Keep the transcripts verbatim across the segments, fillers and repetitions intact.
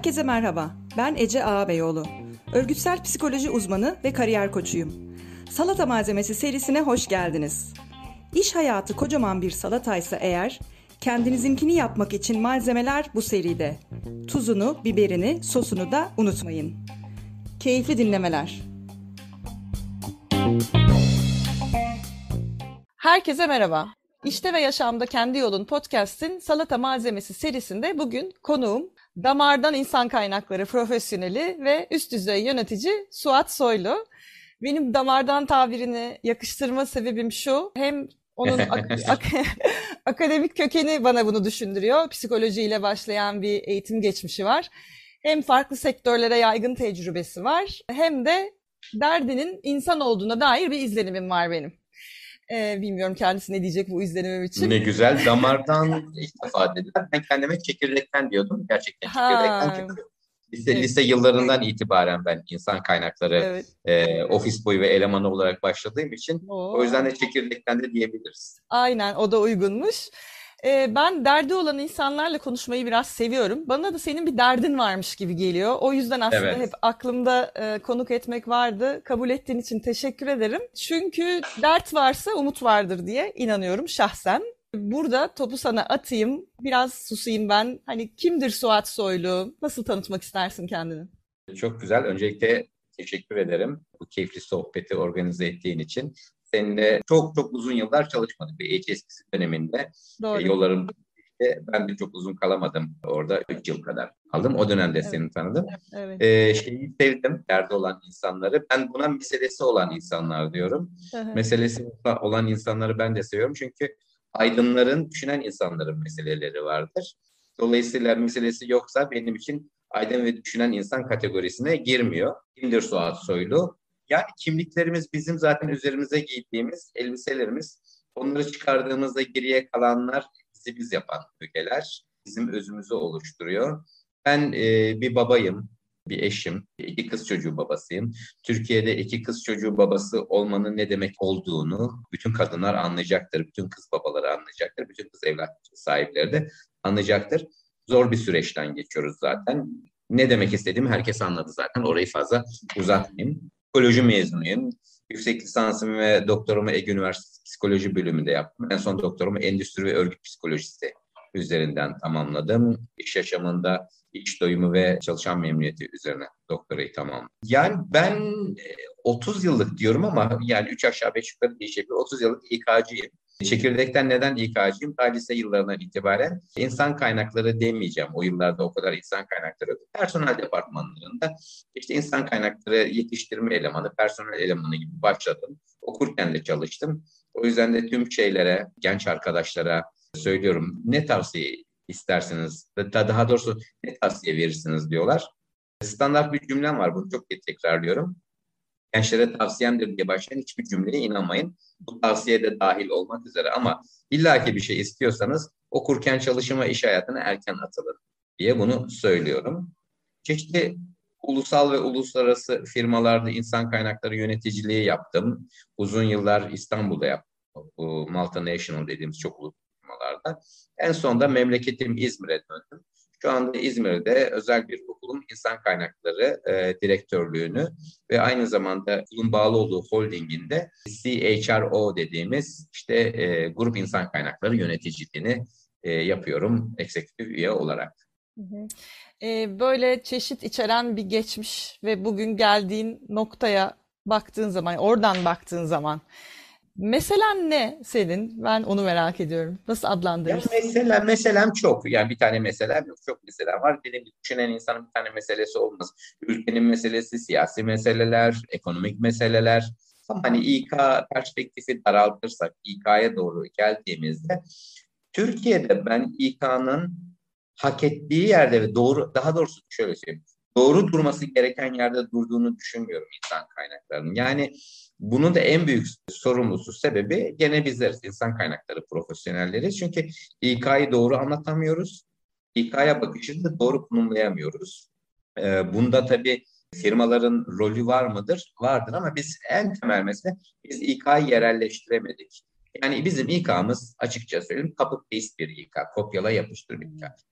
Herkese merhaba, ben Ece Ağabeyoğlu. Örgütsel psikoloji uzmanı ve kariyer koçuyum. Salata Malzemesi serisine hoş geldiniz. İş hayatı kocaman bir salataysa eğer, kendinizinkini yapmak için malzemeler bu seride. Tuzunu, biberini, sosunu da unutmayın. Keyifli dinlemeler. Herkese merhaba. İşte ve Yaşamda Kendi Yolun podcast'in Salata Malzemesi serisinde bugün konuğum damardan insan kaynakları profesyoneli ve üst düzey yönetici Suat Soylu. Benim damardan tabirini yakıştırma sebebim şu, hem onun ak- ak- akademik kökeni bana bunu düşündürüyor. Psikolojiyle başlayan bir eğitim geçmişi var. Hem farklı sektörlere yaygın tecrübesi var, hem de derdinin insan olduğuna dair bir izlenimim var benim. Ee, bilmiyorum kendisi ne diyecek bu izlenimim için. Ne güzel. Damardan ilk defa dediler. Ben kendime çekirdekten diyordum. Gerçekten çekirdekten Ha, çünkü lise, evet. lise yıllarından itibaren ben insan kaynakları Evet. e, ofis boyu ve elemanı olarak başladığım için Oo. o yüzden de çekirdekten de diyebiliriz. Aynen, o da uygunmuş. Ee, ben derdi olan insanlarla konuşmayı biraz seviyorum. Bana da senin bir derdin varmış gibi geliyor. O yüzden aslında Evet. hep aklımda e, konuk etmek vardı. Kabul ettiğin için teşekkür ederim. Çünkü dert varsa umut vardır diye inanıyorum şahsen. Burada topu sana atayım. Biraz susayım ben. Hani kimdir Suat Soylu? Nasıl tanıtmak istersin kendini? Çok güzel. Öncelikle teşekkür ederim bu keyifli sohbeti organize ettiğin için. Seninle çok çok uzun yıllar çalışmadık bir H S K döneminde. Doğru. E, yollarım işte, ben de çok uzun kalamadım orada. üç yıl kadar kaldım. O dönemde Evet. seni tanıdım. Evet. E, şeyi sevdim, derdi olan insanları. Ben buna meselesi olan insanlar diyorum. Meselesi olan insanları ben de seviyorum. Çünkü aydınların, düşünen insanların meseleleri vardır. Dolayısıyla meselesi yoksa benim için aydın ve düşünen insan kategorisine girmiyor. Kimdir Suat Soylu? Yani kimliklerimiz bizim zaten üzerimize giydiğimiz elbiselerimiz. Onları çıkardığımızda geriye kalanlar bizi biz yapan ögeler. Bizim özümüzü oluşturuyor. Ben e, bir babayım, bir eşim, iki kız çocuğu babasıyım. Türkiye'de iki kız çocuğu babası olmanın ne demek olduğunu bütün kadınlar anlayacaktır. Bütün kız babaları anlayacaktır. Bütün kız evlat sahipleri de anlayacaktır. Zor bir süreçten geçiyoruz zaten. Ne demek istediğimi herkes anladı zaten. Orayı fazla uzatmayayım. Psikoloji mezunuyum. Yüksek lisansımı ve doktorumu Ege Üniversitesi Psikoloji bölümünde yaptım. En son doktorumu Endüstri ve Örgüt Psikolojisi üzerinden tamamladım. İş yaşamında iş doyumu ve çalışan memnuniyeti üzerine doktorayı tamamladım. Yani ben otuz yıllık diyorum ama yani üç aşağı beş yukarı değişebilir. otuz yıllık İK'cıyım. Çekirdekten neden İK'cıyım? Daha lise yıllarından itibaren insan kaynakları demeyeceğim. O yıllarda o kadar insan kaynakları yok. Personel departmanlarında işte insan kaynakları yetiştirme elemanı, personel elemanı gibi başladım. Okurken de çalıştım. O yüzden de tüm şeylere, genç arkadaşlara söylüyorum. Ne tavsiye istersiniz? Daha doğrusu ne tavsiye verirsiniz diyorlar. Standart bir cümlem var. Bunu çok tekrarlıyorum. Gençlere tavsiyemdir diye başlayan hiçbir cümleye inanmayın. Bu tavsiye de dahil olmak üzere ama illaki bir şey istiyorsanız okurken çalışma iş hayatına erken atılın diye bunu söylüyorum. Çeşitli ulusal ve uluslararası firmalarda insan kaynakları yöneticiliği yaptım. Uzun yıllar İstanbul'da yaptım. Bu multinational dediğimiz çok uluslu firmalarda. En sonunda memleketim İzmir'e döndüm. Şu anda İzmir'de özel bir okulun insan kaynakları e, direktörlüğünü ve aynı zamanda okulun bağlı olduğu holdinginde C H R O dediğimiz işte e, grup insan kaynakları yöneticiliğini e, yapıyorum eksekutif üye olarak. Hı hı. Ee, böyle çeşit içeren bir geçmiş ve bugün geldiğin noktaya baktığın zaman, oradan baktığın zaman meselen ne senin? Ben onu merak ediyorum. Nasıl Ya adlandırırsın? mesela meselem çok. Yani bir tane meselem yok. Çok meselem var. Dediğim gibi düşünen insanın bir tane meselesi olmaz. Ülkenin meselesi, siyasi meseleler, ekonomik meseleler. Ama hani İK perspektifi daraltırsak, İK'ya doğru geldiğimizde Türkiye'de ben İK'nın hak ettiği yerde ve doğru, daha doğrusu şöyle söyleyeyim. Doğru durması gereken yerde durduğunu düşünmüyorum insan kaynaklarının. Yani bunun da en büyük sorumlusu sebebi gene bizleriz, insan kaynakları profesyonelleri. Çünkü İK'yı doğru anlatamıyoruz. İK'ya bakışını da doğru konumlayamıyoruz. Ee, bunda tabii firmaların rolü var mıdır? Vardır ama biz en temel mesele biz İK'yı yerelleştiremedik. Yani bizim İK'mız açıkça söyleyeyim copy paste bir İK, kopyala yapıştır bir İK.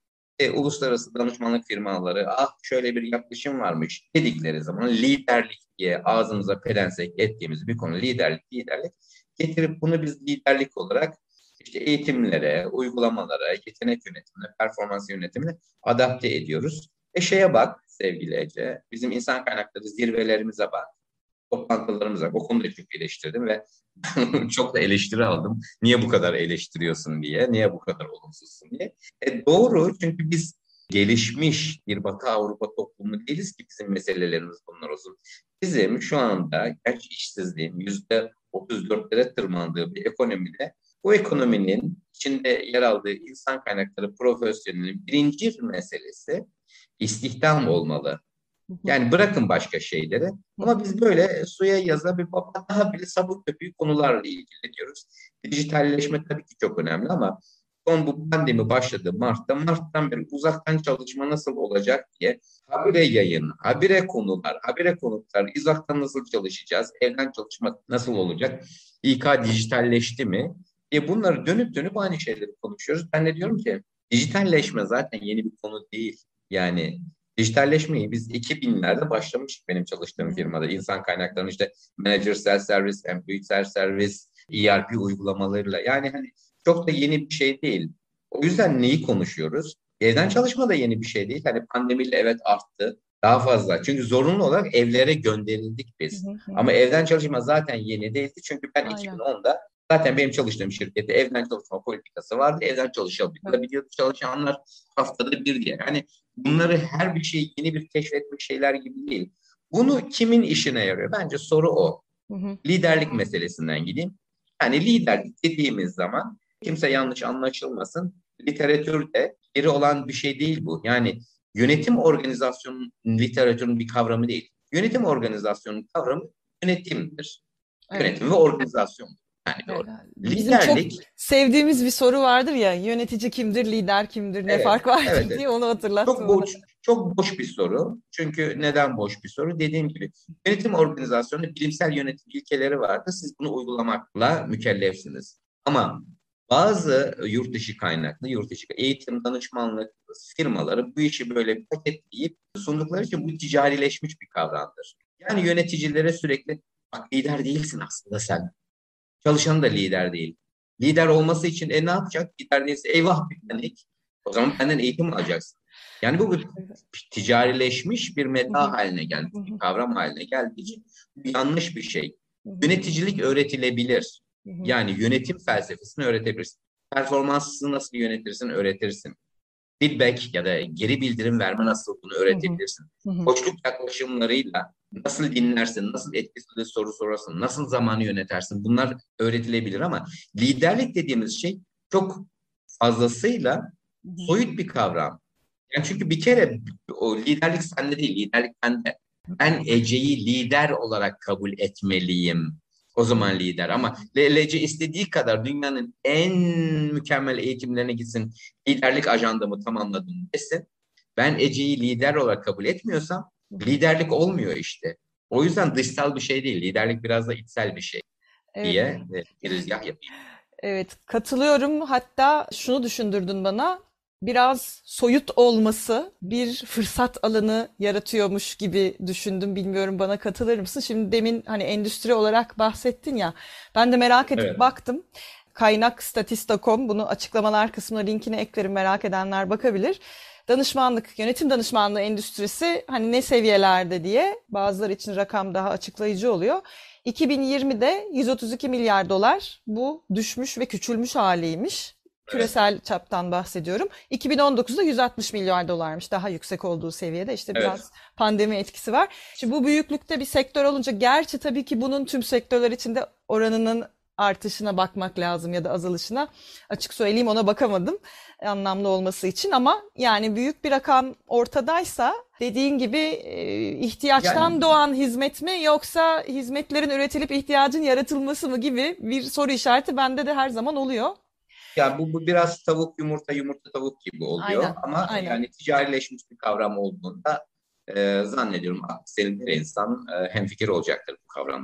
e, uluslararası danışmanlık firmaları ah şöyle bir yaklaşım varmış dedikleri zaman liderlik diye ağzımıza pelesenk ettiğimiz bir konu liderlik, liderlik getirip bunu biz liderlik olarak işte eğitimlere, uygulamalara, yetenek yönetimine, performans yönetimine adapte ediyoruz. E şeye bak sevgili Ece, bizim insan kaynakları zirvelerimize bak, toplantılarımıza bak. O konuda çok eleştirdim ve çok da eleştiri aldım. Niye bu kadar eleştiriyorsun diye, niye bu kadar olumsuzsun diye. E doğru, çünkü biz gelişmiş bir Batı Avrupa toplumu değiliz ki bizim meselelerimiz bunlar olsun. Bizim şu anda gerçi işsizliğin yüzde otuz dörtlere tırmandığı bir ekonomide bu ekonominin içinde yer aldığı insan kaynakları profesyonelinin birinci meselesi istihdam olmalı. Yani bırakın başka şeyleri ama biz böyle suya yaza bir baba daha bile sabun köpüğü konularla ilgileniyoruz. Dijitalleşme tabii ki çok önemli ama son bu pandemi başladı Mart'ta. Mart'tan beri uzaktan çalışma nasıl olacak diye habire yayın, habire konular, habire konuklar, uzaktan nasıl çalışacağız, evden çalışmak nasıl olacak, İK dijitalleşti mi diye bunları dönüp dönüp aynı şeyleri konuşuyoruz. Ben de diyorum ki dijitalleşme zaten yeni bir konu değil. Yani dijitalleşmeyi biz iki binlerde başlamıştık benim çalıştığım firmada. İnsan kaynaklarının işte manager self service, employee self service, E R P uygulamalarıyla. Yani hani çok da yeni bir şey değil. O yüzden neyi konuşuyoruz? Evden çalışma da yeni bir şey değil. Hani pandemiyle evet arttı. Daha fazla. Çünkü zorunlu olarak evlere gönderildik biz. Ama evden çalışma zaten yeni değildi. Çünkü ben Aynen. iki bin onda zaten benim çalıştığım şirkette evden çalışma politikası vardı. Evden çalışabiliyordu. Çalışanlar haftada bir diye. Yani bunları her bir şey yeni bir keşfetmek şeyler gibi değil. Bunu kimin işine yarıyor? Bence soru o. Hı hı. Liderlik meselesinden gideyim. Yani liderlik dediğimiz zaman kimse yanlış anlaşılmasın. Literatürde yeri olan bir şey değil bu. Yani yönetim organizasyonun literatürün bir kavramı değil. Yönetim organizasyonun kavramı yönetimdir. Evet. Yönetim ve organizasyon. Yani Evet. doğru. Bizim çok Liderlik sevdiğimiz bir soru vardır ya, yönetici kimdir, lider kimdir, ne evet, fark vardır evet, evet. diye onu hatırlattı Çok bana. boş, çok boş bir soru. Çünkü neden boş bir soru? Dediğim gibi yönetim organizasyonu bilimsel yönetim ilkeleri vardır. Siz bunu uygulamakla mükellefsiniz. Ama bazı yurt dışı kaynaklı, yurt dışı eğitim, danışmanlık firmaları bu işi böyle paketleyip sundukları için bu ticarileşmiş bir kavramdır. Yani yöneticilere sürekli bak lider değilsin aslında sen. Çalışan da lider değil. Lider olması için e ne yapacak? Lider değilse eyvah bir panik. O zaman benden eğitim alacaksın. Yani bu bir ticarileşmiş bir meta haline geldi, bir kavram haline geldiği için yanlış bir şey. Yöneticilik öğretilebilir. Yani yönetim felsefesini öğretebilirsin. Performansını nasıl yönetirsin öğretirsin. Feedback ya da geri bildirim verme nasıl bunu öğretebilirsin. Koçluk yaklaşımlarıyla nasıl dinlersin, nasıl etkili soru sorarsın, nasıl zamanı yönetersin bunlar öğretilebilir ama liderlik dediğimiz şey çok fazlasıyla soyut bir kavram. Yani çünkü bir kere o liderlik sende değil, liderlik bende. Ben Ece'yi lider olarak kabul etmeliyim. O zaman lider ama L C istediği kadar dünyanın en mükemmel eğitimlerine gitsin, liderlik ajandamı tamamladım desin. Ben Ece'yi lider olarak kabul etmiyorsam liderlik olmuyor işte. O yüzden dışsal bir şey değil, liderlik biraz da içsel bir şey Evet. diye girizgah yapayım. Evet, katılıyorum. Hatta şunu düşündürdün bana. Biraz soyut olması bir fırsat alanı yaratıyormuş gibi düşündüm. Bilmiyorum, bana katılır mısın? Şimdi demin hani endüstri olarak bahsettin ya. Ben de merak edip Evet. baktım. Kaynak statista nokta com, bunu açıklamalar kısmına linkini eklerim, merak edenler bakabilir. Danışmanlık, yönetim danışmanlığı endüstrisi hani ne seviyelerde diye, bazıları için rakam daha açıklayıcı oluyor. iki bin yirmide yüz otuz iki milyar dolar, bu düşmüş ve küçülmüş haliymiş. Küresel evet. çaptan bahsediyorum. iki bin on dokuzda yüz altmış milyar dolarmış, daha yüksek olduğu seviyede. İşte biraz evet. pandemi etkisi var. Şimdi bu büyüklükte bir sektör olunca, gerçi tabii ki bunun tüm sektörler içinde oranının artışına bakmak lazım ya da azalışına. Açık söyleyeyim, ona bakamadım anlamlı olması için, ama yani büyük bir rakam ortadaysa, dediğin gibi ihtiyaçtan yani, doğan hizmet mi yoksa hizmetlerin üretilip ihtiyacın yaratılması mı gibi bir soru işareti bende de her zaman oluyor. Ya bu, bu biraz tavuk yumurta yumurta tavuk gibi oluyor aynen, ama aynen. yani ticarileşmiş bir kavram olduğunda e, zannediyorum aklı selim bir insan e, hemfikir olacaktır bu kavramla.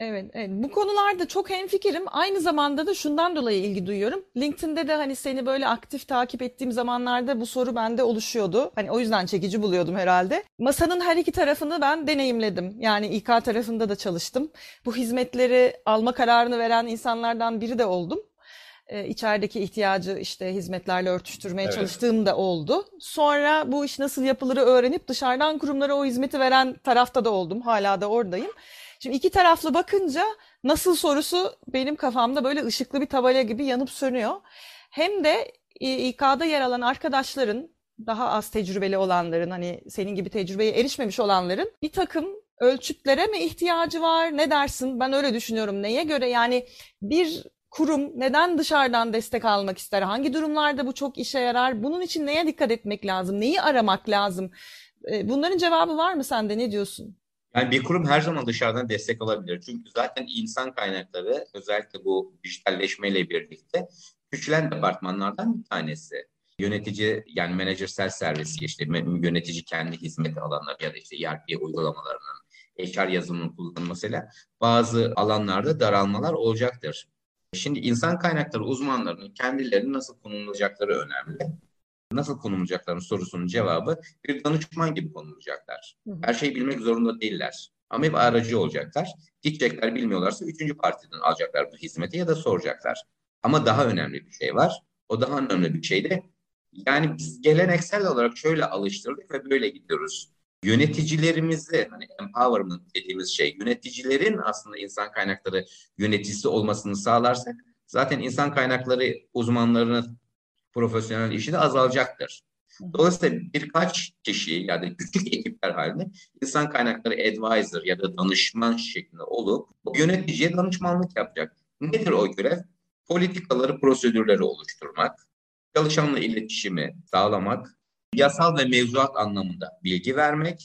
Evet, evet. Bu konularda çok hemfikirim. Aynı zamanda da şundan dolayı ilgi duyuyorum. LinkedIn'de de hani seni böyle aktif takip ettiğim zamanlarda bu soru bende oluşuyordu. Hani o yüzden çekici buluyordum herhalde. Masanın her iki tarafını ben deneyimledim. Yani İK tarafında da çalıştım. Bu hizmetleri alma kararını veren insanlardan biri de oldum. Ee, içerideki ihtiyacı işte hizmetlerle örtüştürmeye Evet. çalıştığım da oldu. Sonra bu iş nasıl yapılırı öğrenip dışarıdan kurumlara o hizmeti veren tarafta da oldum. Hala da oradayım. Şimdi iki taraflı bakınca nasıl sorusu benim kafamda böyle ışıklı bir tabela gibi yanıp sönüyor. Hem de İK'da yer alan arkadaşların, daha az tecrübeli olanların, hani senin gibi tecrübeye erişmemiş olanların bir takım ölçütlere mi ihtiyacı var? Ne dersin? Ben öyle düşünüyorum. Neye göre? Yani bir kurum neden dışarıdan destek almak ister? Hangi durumlarda bu çok işe yarar? Bunun için neye dikkat etmek lazım? Neyi aramak lazım? Bunların cevabı var mı sende? Ne diyorsun? Yani bir kurum her zaman dışarıdan destek alabilir. Çünkü zaten insan kaynakları özellikle bu dijitalleşmeyle birlikte küçülen departmanlardan bir tanesi. Yönetici yani manager self servisi işte yönetici kendi hizmet alanları ya da işte E R P uygulamalarının H R yazılımının kullanılmasıyla bazı alanlarda daralmalar olacaktır. Şimdi insan kaynakları uzmanlarının kendilerini nasıl konumlayacakları önemli. Nasıl konumlayacaklarının sorusunun cevabı bir danışman gibi konumlayacaklar. Hı hı. Her şeyi bilmek zorunda değiller. Ama bir aracı olacaklar. Gidecekler bilmiyorlarsa üçüncü partiden alacaklar bu hizmeti ya da soracaklar. Ama daha önemli bir şey var. O daha önemli bir şey de yani biz geleneksel olarak şöyle alıştırdık ve böyle gidiyoruz. Yöneticilerimizi hani empowerment dediğimiz şey yöneticilerin aslında insan kaynakları yöneticisi olmasını sağlarsak zaten insan kaynakları uzmanlarını profesyonel işi de azalacaktır. Dolayısıyla birkaç kişi ya da küçük ekipler halinde insan kaynakları advisor ya da danışman şeklinde olup yöneticiye danışmanlık yapacak. Nedir o görev? Politikaları, prosedürleri oluşturmak, çalışanla iletişimi sağlamak, yasal ve mevzuat anlamında bilgi vermek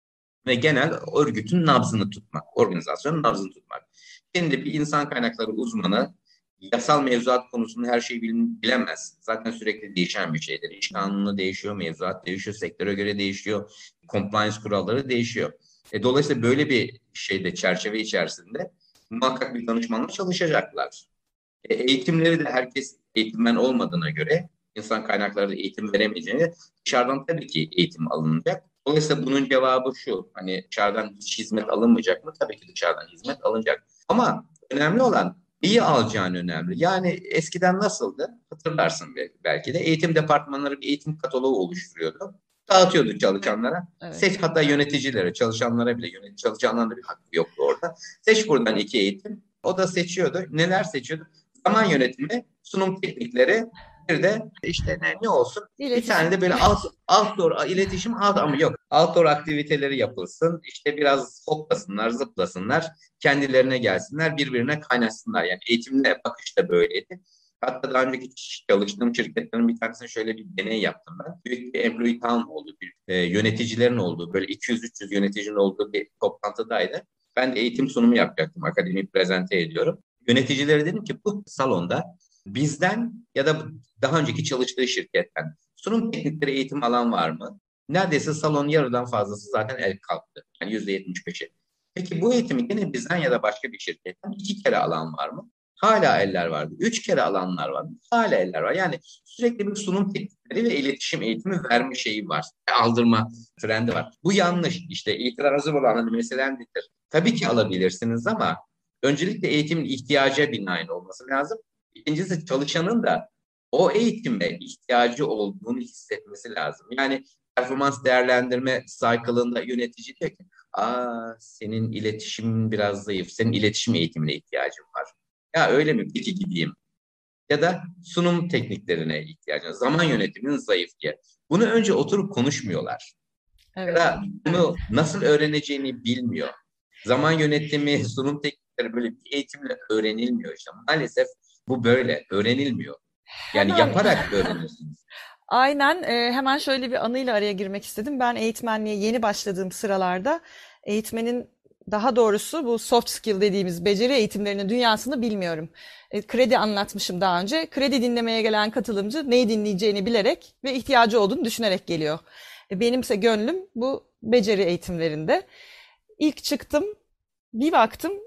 ve genel örgütün nabzını tutmak, organizasyonun nabzını tutmak. Şimdi bir insan kaynakları uzmanı yasal mevzuat konusunda her şeyi bilemez. Zaten sürekli değişen bir şeydir. İş kanunu değişiyor, mevzuat değişiyor, sektöre göre değişiyor, compliance kuralları değişiyor. E, dolayısıyla böyle bir şeyde, çerçeve içerisinde muhakkak bir danışmanla çalışacaklar. E, eğitimleri de herkes eğitmen olmadığına göre insan kaynakları da eğitim veremeyeceğini dışarıdan tabii ki eğitim alınacak. Dolayısıyla bunun cevabı şu, hani dışarıdan hiç hizmet alınmayacak mı? Tabii ki dışarıdan hizmet alınacak. Ama önemli olan iyi alacağın önemli. Yani eskiden nasıldı? Hatırlarsın belki de. Eğitim departmanları bir eğitim kataloğu oluşturuyordu. Dağıtıyordu çalışanlara. Evet. Seç hatta yöneticilere, çalışanlara bile, yönetici çalışanların da bir hakkı yoktu orada. Seç buradan iki eğitim. O da seçiyordu. Neler seçiyordu? Zaman yönetimi, sunum teknikleri, bir de işte ne, ne olsun? İletişim. Bir tane de böyle alt, outdoor iletişim alt ama yok. Outdoor aktiviteleri yapılsın. İşte biraz hoplasınlar, zıplasınlar. Kendilerine gelsinler, birbirine kaynaşsınlar. Yani eğitimle bakış da böyleydi. Hatta daha önceki çalıştığım şirketlerin bir tanesinde şöyle bir deney yaptım ben. Büyük bir employee town oldu. Bir, e, yöneticilerin olduğu, böyle iki yüz üç yüz yöneticinin olduğu bir toplantıdaydı. Ben de eğitim sunumu yapacaktım. Akademiyi prezente ediyorum. Yöneticilere dedim ki bu salonda bizden ya da daha önceki çalıştığı şirketten sunum teknikleri eğitim alan var mı? Neredeyse salonun yarıdan fazlası zaten el kalktı. Yani yüzde yetmiş beşi. Peki bu eğitimi yine bizden ya da başka bir şirketten iki kere alan var mı? Hala eller vardı. Üç kere alanlar var. Hala eller var. Yani sürekli bir sunum teknikleri ve iletişim eğitimi verme şeyi var. Aldırma trendi var. Bu yanlış. İşte itirazı olan bir meseledir. Tabii ki alabilirsiniz ama öncelikle eğitimin ihtiyaca binaen olması lazım. İkincisi çalışanın da o eğitime ihtiyacı olduğunu hissetmesi lazım. Yani performans değerlendirme cycle'ında yönetici diyor ki aa senin iletişimin biraz zayıf. Senin iletişim eğitimine ihtiyacın var. Ya öyle mi? Peki gideyim. Ya da sunum tekniklerine ihtiyacın var. Zaman yönetiminin zayıf diye. Bunu önce oturup konuşmuyorlar. Evet. Ya da bunu nasıl öğreneceğini bilmiyor. Zaman yönetimi, sunum teknikleri böyle bir eğitimle öğrenilmiyor işte. Maalesef bu böyle öğrenilmiyor. Yani Hemen- yaparak öğreniyorsunuz. Aynen, e, hemen şöyle bir anıyla araya girmek istedim. Ben eğitmenliğe yeni başladığım sıralarda eğitmenin, daha doğrusu bu soft skill dediğimiz beceri eğitimlerinin dünyasını bilmiyorum. E, kredi anlatmışım daha önce. Kredi dinlemeye gelen katılımcı neyi dinleyeceğini bilerek ve ihtiyacı olduğunu düşünerek geliyor. E, benimse gönlüm bu beceri eğitimlerinde. İlk çıktım, bir baktım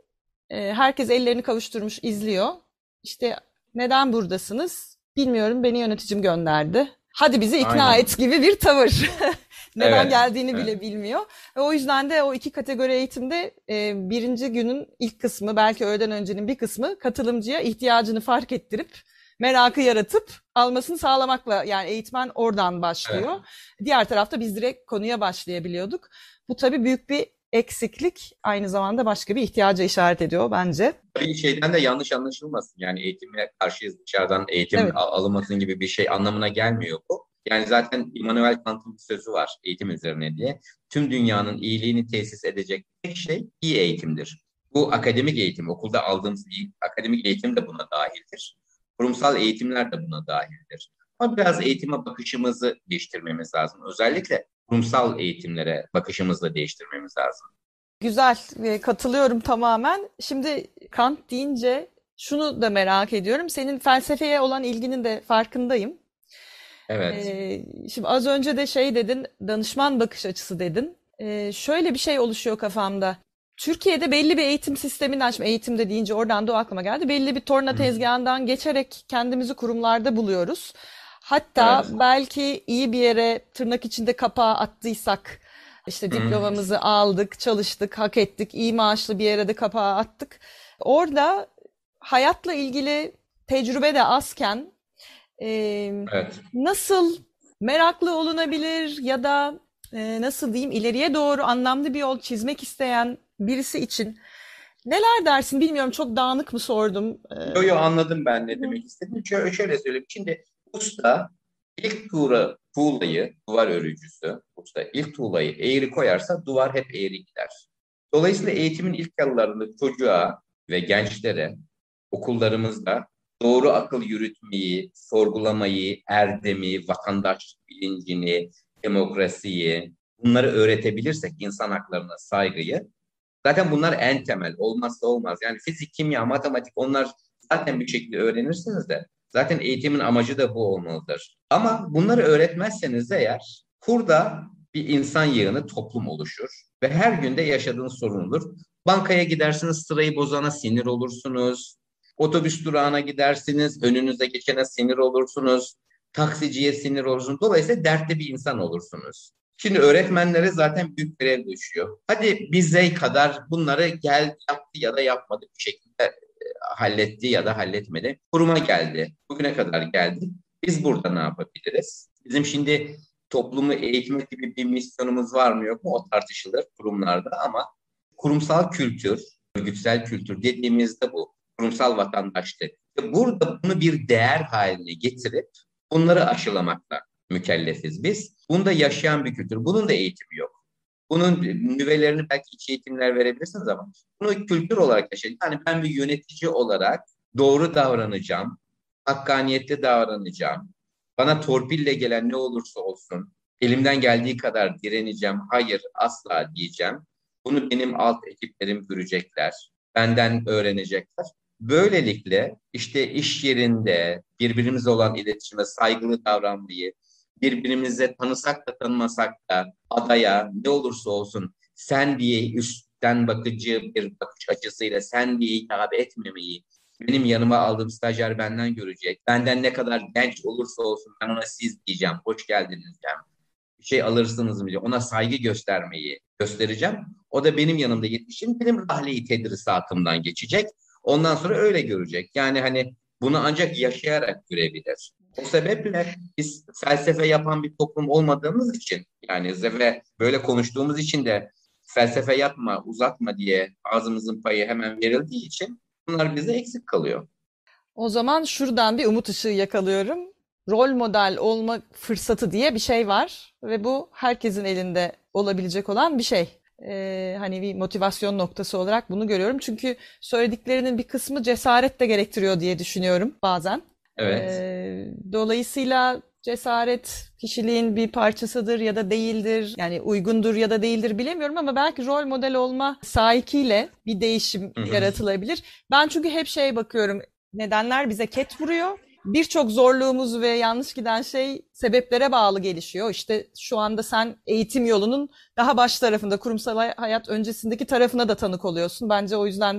E, herkes ellerini kavuşturmuş izliyor. İşte neden buradasınız? Bilmiyorum, beni yöneticim gönderdi. Hadi bizi ikna Aynen. et gibi bir tavır. Neden Evet, geldiğini evet. bile bilmiyor. Ve o yüzden de o iki kategori eğitimde e, birinci günün ilk kısmı, belki öğleden öncenin bir kısmı katılımcıya ihtiyacını fark ettirip, merakı yaratıp almasını sağlamakla, yani eğitmen oradan başlıyor. Evet. Diğer tarafta biz direkt konuya başlayabiliyorduk. Bu tabii büyük bir eksiklik, aynı zamanda başka bir ihtiyaca işaret ediyor bence. Tabii şeyden de yanlış anlaşılmasın. Yani eğitime karşıyız, dışarıdan eğitim Evet. al- alınmasın gibi bir şey anlamına gelmiyor bu. Yani zaten Immanuel Kant'ın bir sözü var eğitim üzerine diye. Tüm dünyanın iyiliğini tesis edecek tek şey iyi eğitimdir. Bu akademik eğitim, okulda aldığımız iyi- akademik eğitim de buna dahildir. Kurumsal eğitimler de buna dahildir. Ama biraz eğitime bakışımızı değiştirmemiz lazım. Özellikle kurumsal eğitimlere bakışımızı da değiştirmemiz lazım. Güzel, e, katılıyorum tamamen. Şimdi Kant deyince şunu da merak ediyorum. Senin felsefeye olan ilginin de farkındayım. Evet. Ee, şimdi az önce de şey dedin, danışman bakış açısı dedin. Ee, şöyle bir şey oluşuyor kafamda. Türkiye'de belli bir eğitim sisteminden, şimdi eğitimde deyince oradan da o aklıma geldi. Belli bir torna Hı. tezgahından geçerek kendimizi kurumlarda buluyoruz. Hatta Evet. belki iyi bir yere tırnak içinde kapağı attıysak, işte Hı. diplomamızı aldık, çalıştık, hak ettik, iyi maaşlı bir yere de kapağı attık. Orada hayatla ilgili tecrübe de azken e, Evet. nasıl meraklı olunabilir ya da e, nasıl diyeyim, ileriye doğru anlamlı bir yol çizmek isteyen birisi için neler dersin bilmiyorum, çok dağınık mı sordum? Ee, Yo yo anladım ben ne hı hı. demek istediğini. Şöyle, şöyle söyleyeyim. Şimdi usta ilk tuğra, tuğlayı, duvar örücüsü, usta ilk tuğlayı eğri koyarsa duvar hep eğri gider. Dolayısıyla eğitimin ilk yıllarında çocuğa ve gençlere okullarımızda doğru akıl yürütmeyi, sorgulamayı, erdemi, vatandaşlık bilincini, demokrasiyi, bunları öğretebilirsek, insan haklarına saygıyı, zaten bunlar en temel, olmazsa olmaz. Yani fizik, kimya, matematik, onlar zaten bir şekilde öğrenirsiniz de. Zaten eğitimin amacı da bu olmalıdır. Ama bunları öğretmezseniz eğer kurda bir insan yığını, toplum oluşur. Ve her günde yaşadığınız sorun olur. Bankaya gidersiniz, sırayı bozana sinir olursunuz. Otobüs durağına gidersiniz, önünüze geçene sinir olursunuz. Taksiciye sinir olursunuz. Dolayısıyla dertli bir insan olursunuz. Şimdi öğretmenlere zaten büyük görev düşüyor. Hadi bize kadar bunları gel yaptı ya da yapmadı bir şekilde e, halletti ya da halletmedi. Kuruma geldi. Bugüne kadar geldi. Biz burada ne yapabiliriz? Bizim şimdi toplumu eğitmek gibi bir misyonumuz var mı yok mu? O tartışılır kurumlarda ama kurumsal kültür, örgütsel kültür dediğimizde bu. Kurumsal vatandaşlık. Burada bunu bir değer haline getirip bunları aşılamakla mükellefiz biz. Bunda yaşayan bir kültür. Bunun da eğitimi yok. Bunun nüvelerini belki iç eğitimler verebilirsiniz ama bunu kültür olarak yaşayın. Yani ben bir yönetici olarak doğru davranacağım, hakkaniyetli davranacağım. Bana torpille gelen ne olursa olsun elimden geldiği kadar direneceğim. Hayır, asla diyeceğim. Bunu benim alt ekiplerim görecekler. Benden öğrenecekler. Böylelikle işte iş yerinde birbirimizle olan iletişime saygılı davranmayı, birbirimize tanısak da tanımasak da adaya ne olursa olsun sen diye üstten bakıcı bir bakış açısıyla sen diye hitap etmemeyi, benim yanıma aldığım stajyer benden görecek. Benden ne kadar genç olursa olsun ben ona siz diyeceğim, hoş geldiniz diyeceğim. Bir şey alırsınız mı diye ona saygı göstermeyi göstereceğim. O da benim yanımda yetişir, benim rahle-i tedrisatımdan geçecek. Ondan sonra öyle görecek. Yani hani bunu ancak yaşayarak görebilir. O sebeple biz felsefe yapan bir toplum olmadığımız için, yani ve böyle konuştuğumuz için de felsefe yapma, uzatma diye ağzımızın payı hemen verildiği için bunlar bize eksik kalıyor. O zaman şuradan bir umut ışığı yakalıyorum. Rol model olma fırsatı diye bir şey var ve bu herkesin elinde olabilecek olan bir şey. Ee, hani bir motivasyon noktası olarak bunu görüyorum. Çünkü söylediklerinin bir kısmı cesaret de gerektiriyor diye düşünüyorum bazen. Evet. Ee, dolayısıyla cesaret kişiliğin bir parçasıdır ya da değildir. Yani uygundur ya da değildir bilemiyorum ama belki rol model olma sahikiyle bir değişim Hı hı. yaratılabilir. Ben çünkü hep şeye bakıyorum. Nedenler bize ket vuruyor. Birçok zorluğumuz ve yanlış giden şey sebeplere bağlı gelişiyor. İşte şu anda sen eğitim yolunun daha baş tarafında, kurumsal hayat öncesindeki tarafına da tanık oluyorsun. Bence o yüzden de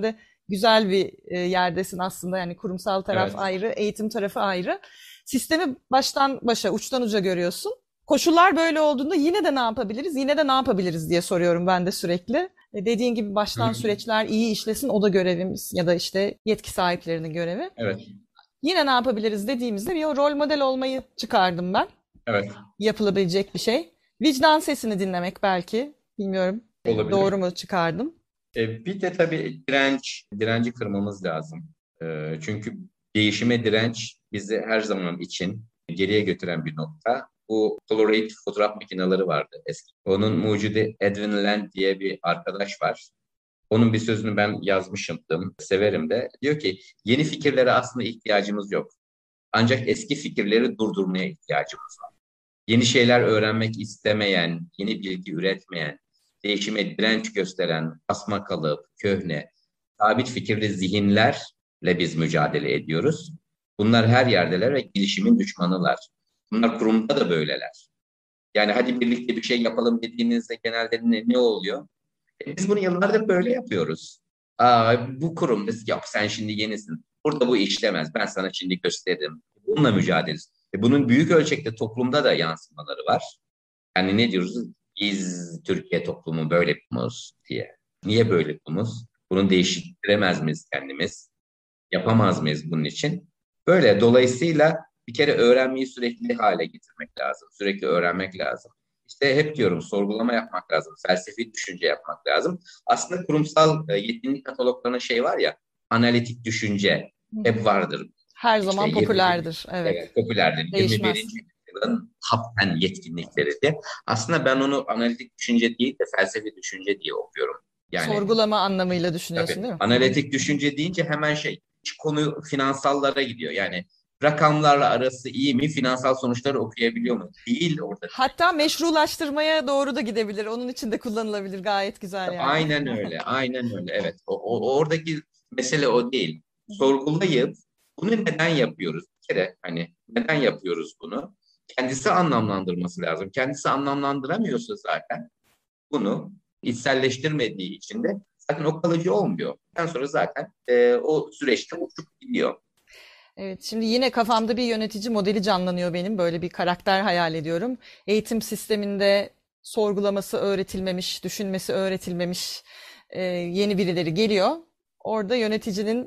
güzel bir e, yerdesin aslında. Yani kurumsal taraf Evet. ayrı, eğitim tarafı ayrı. Sistemi baştan başa, uçtan uca görüyorsun. Koşullar böyle olduğunda yine de ne yapabiliriz? Yine de ne yapabiliriz diye soruyorum ben de sürekli. E, dediğin gibi baştan süreçler iyi işlesin, o da görevimiz ya da işte yetki sahiplerinin görevi. Evet. Yine ne yapabiliriz dediğimizde bir o rol model olmayı çıkardım ben. Evet. Yapılabilecek bir şey. Vicdan sesini dinlemek belki. Bilmiyorum. Olabilir. Doğru mu çıkardım? E, bir de tabii direnç, direnci kırmamız lazım. E, çünkü değişime direnç bizi her zaman için geriye götüren bir nokta. Bu Polaroid fotoğraf makineleri vardı eski. Onun mucidi Edwin Land diye bir arkadaş var. Onun bir sözünü ben yazmışımdım, severim de. Diyor ki, yeni fikirlere aslında ihtiyacımız yok. Ancak eski fikirleri durdurmaya ihtiyacımız var. Yeni şeyler öğrenmek istemeyen, yeni bilgi üretmeyen, değişime direnç gösteren, asma kalıp, köhne, sabit fikirli zihinlerle biz mücadele ediyoruz. Bunlar her yerdeler ve gelişimin düşmanılar. Bunlar kurumda da böyleler. Yani hadi birlikte bir şey yapalım dediğinizde genelde ne, ne oluyor? E, biz bunu yıllardır böyle yapıyoruz. Aa, bu kurum, yok sen şimdi yenisin. Burada bu işlemez. Ben sana şimdi gösteririm. Bununla mücadele. E, bunun büyük ölçekte toplumda da yansımaları var. Yani ne diyoruz? Biz Türkiye toplumu böyle yapıyoruz diye. Niye böyle yapıyoruz? Bunu değiştiremez miyiz kendimiz? Yapamaz mıyız bunun için? Böyle. Dolayısıyla bir kere öğrenmeyi sürekli hale getirmek lazım. Sürekli öğrenmek lazım. İşte hep diyorum, sorgulama yapmak lazım. Felsefi düşünce yapmak lazım. Aslında kurumsal e, yetkinlik kataloglarına şey var ya, analitik düşünce hep vardır. Her İşte zaman yirmi popülerdir. Evet. Evet, popülerdir. Değişmez. yirmi birinci yüzyılın top on yetkinlikleridir. Aslında ben onu analitik düşünce değil de felsefi düşünce diye okuyorum. Yani Sorgulama anlamıyla düşünüyorsun tabii değil mi? analitik düşünce deyince hemen şey, iş konu finansallara gidiyor. Yani rakamlarla arası iyi mi? Finansal sonuçları okuyabiliyor mu? Değil orada. Hatta meşrulaştırmaya doğru da gidebilir. Onun için de kullanılabilir. Gayet güzel yani. Aynen öyle. Aynen öyle. Evet. O, o- oradaki mesele o değil. Sorgulayıp bunu neden yapıyoruz? Bir kere hani neden yapıyoruz bunu? Kendisi anlamlandırması lazım. Kendisi anlamlandıramıyorsa zaten bunu içselleştirmediği için de zaten o kalıcı olmuyor. Ondan sonra zaten e, o süreçte uçup gidiyor. Evet, şimdi yine kafamda bir yönetici modeli canlanıyor benim. Böyle bir karakter hayal ediyorum. Eğitim sisteminde sorgulaması öğretilmemiş, düşünmesi öğretilmemiş e, yeni birileri geliyor. Orada yöneticinin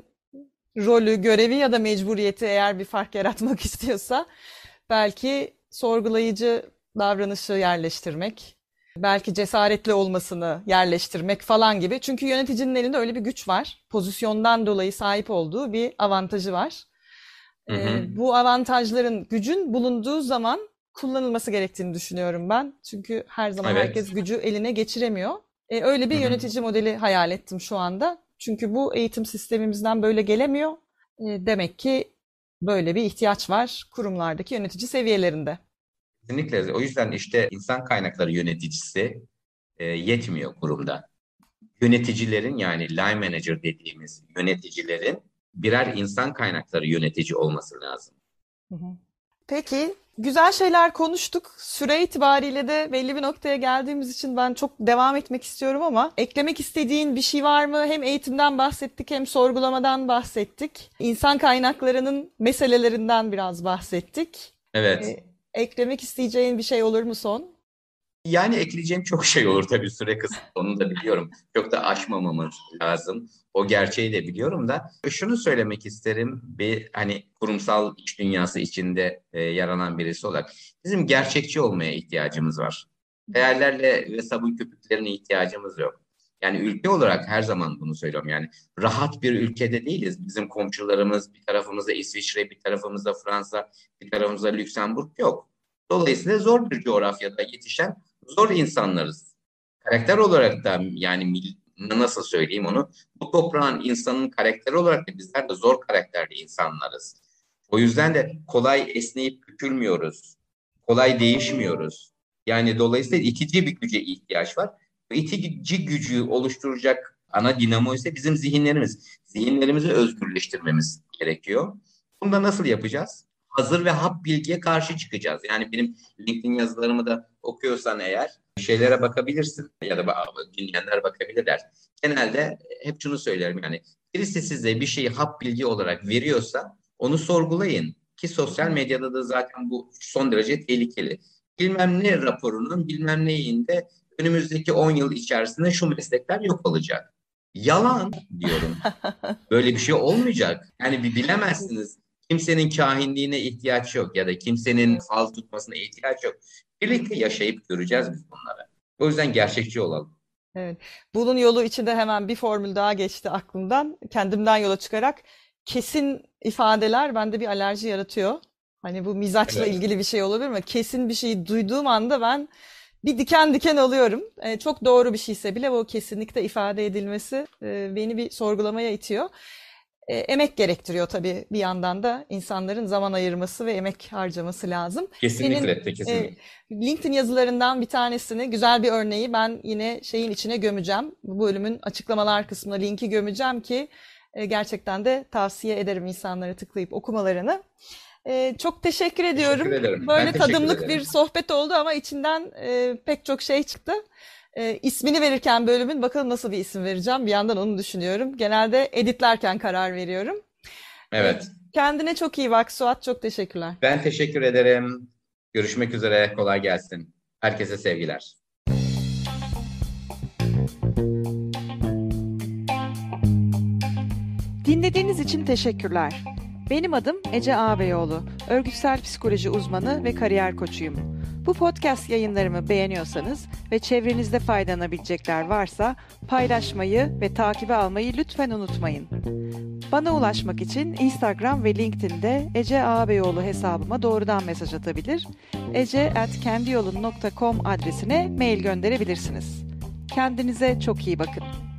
rolü, görevi ya da mecburiyeti eğer bir fark yaratmak istiyorsa belki sorgulayıcı davranışı yerleştirmek, belki cesaretli olmasını yerleştirmek falan gibi. Çünkü yöneticinin elinde öyle bir güç var. Pozisyondan dolayı sahip olduğu bir avantajı var. Hı Ee, hı. bu avantajların, gücün bulunduğu zaman kullanılması gerektiğini düşünüyorum ben. Çünkü her zaman Evet. herkes gücü eline geçiremiyor. Ee, öyle bir Hı hı. yönetici modeli hayal ettim şu anda. Çünkü bu eğitim sistemimizden böyle gelemiyor. Ee, demek ki böyle bir ihtiyaç var kurumlardaki yönetici seviyelerinde. Kesinlikle. O yüzden işte insan kaynakları yöneticisi e, yetmiyor kurumda. Yöneticilerin, yani line manager dediğimiz yöneticilerin birer insan kaynakları yönetici olması lazım. Hı hı. Peki, güzel şeyler konuştuk. Süre itibariyle de belli bir noktaya geldiğimiz için ben çok devam etmek istiyorum ama eklemek istediğin bir şey var mı? Hem eğitimden bahsettik, hem sorgulamadan bahsettik. İnsan kaynaklarının meselelerinden biraz bahsettik. Evet. Ee, eklemek isteyeceğin bir şey olur mu son? Yani ekleyeceğim çok şey olur tabii, süre kısıtlı, onu da biliyorum. Çok da aşmamamız lazım. O gerçeği de biliyorum da. Şunu söylemek isterim, bir hani kurumsal iş dünyası içinde e, yer alan birisi olarak. Bizim gerçekçi olmaya ihtiyacımız var. Değerlerle ve sabun köpüklerine ihtiyacımız yok. Yani ülke olarak her zaman bunu söylüyorum. Yani rahat bir ülkede değiliz. Bizim komşularımız, bir tarafımızda İsviçre, bir tarafımızda Fransa, bir tarafımızda Lüksemburg yok. Dolayısıyla zor bir coğrafyada yetişen zor insanlarız. Karakter olarak da, yani nasıl söyleyeyim onu, bu toprağın insanın karakteri olarak da bizler de zor karakterli insanlarız. O yüzden de kolay esneyip bükülmüyoruz. Kolay değişmiyoruz. Yani dolayısıyla itici bir güce ihtiyaç var. Bu itici gücü oluşturacak ana dinamo ise bizim zihinlerimiz. Zihinlerimizi özgürleştirmemiz gerekiyor. Bunu da nasıl yapacağız? Hazır ve hap bilgiye karşı çıkacağız. Yani benim LinkedIn yazılarımı da okuyorsan eğer şeylere bakabilirsin ya da dinleyenler bakabilirler. Genelde hep şunu söylerim, yani birisi size bir şeyi hap bilgi olarak veriyorsa onu sorgulayın. Ki sosyal medyada da zaten bu son derece tehlikeli. Bilmem ne raporunun bilmem neyinde önümüzdeki on yıl içerisinde şu meslekler yok olacak. Yalan diyorum. Böyle bir şey olmayacak. Yani bir bilemezsiniz. Kimsenin kahinliğine ihtiyaç yok ya da kimsenin fal tutmasına ihtiyaç yok. Birlikte yaşayıp göreceğiz biz bunları. O yüzden gerçekçi olalım. Evet. Bunun yolu içinde hemen bir formül daha geçti aklımdan. Kendimden yola çıkarak kesin ifadeler bende bir alerji yaratıyor. Hani bu mizaçla Evet. ilgili bir şey olabilir mi? Kesin bir şeyi duyduğum anda ben bir diken diken oluyorum. E, çok doğru bir şeyse bile o kesinlikle ifade edilmesi e, beni bir sorgulamaya itiyor. E, emek gerektiriyor tabii, bir yandan da insanların zaman ayırması ve emek harcaması lazım. Kesinlikle, Senin kesinlikle. e, LinkedIn yazılarından bir tanesini, güzel bir örneği ben yine şeyin içine gömeceğim. Bu bölümün açıklamalar kısmına linki gömeceğim ki e, gerçekten de tavsiye ederim insanlara tıklayıp okumalarını. E, çok teşekkür ediyorum. Teşekkür ederim. Böyle Ben teşekkür tadımlık ederim. bir sohbet oldu ama içinden e, pek çok şey çıktı. E, ismini verirken bölümün bakalım nasıl bir isim vereceğim. Bir yandan onu düşünüyorum. Genelde editlerken karar veriyorum. E, Evet. kendine çok iyi bak Suat. Çok teşekkürler. Ben teşekkür ederim. Görüşmek üzere. Kolay gelsin. Herkese sevgiler. Dinlediğiniz için teşekkürler. Benim adım Ece Ağabeyoğlu, örgütsel psikoloji uzmanı ve kariyer koçuyum. Bu podcast yayınlarımı beğeniyorsanız ve çevrenizde faydalanabilecekler varsa paylaşmayı ve takibe almayı lütfen unutmayın. Bana ulaşmak için Instagram ve LinkedIn'de Ece Ağabeyoğlu hesabıma doğrudan mesaj atabilir, ece at kendiyolun nokta com adresine mail gönderebilirsiniz. Kendinize çok iyi bakın.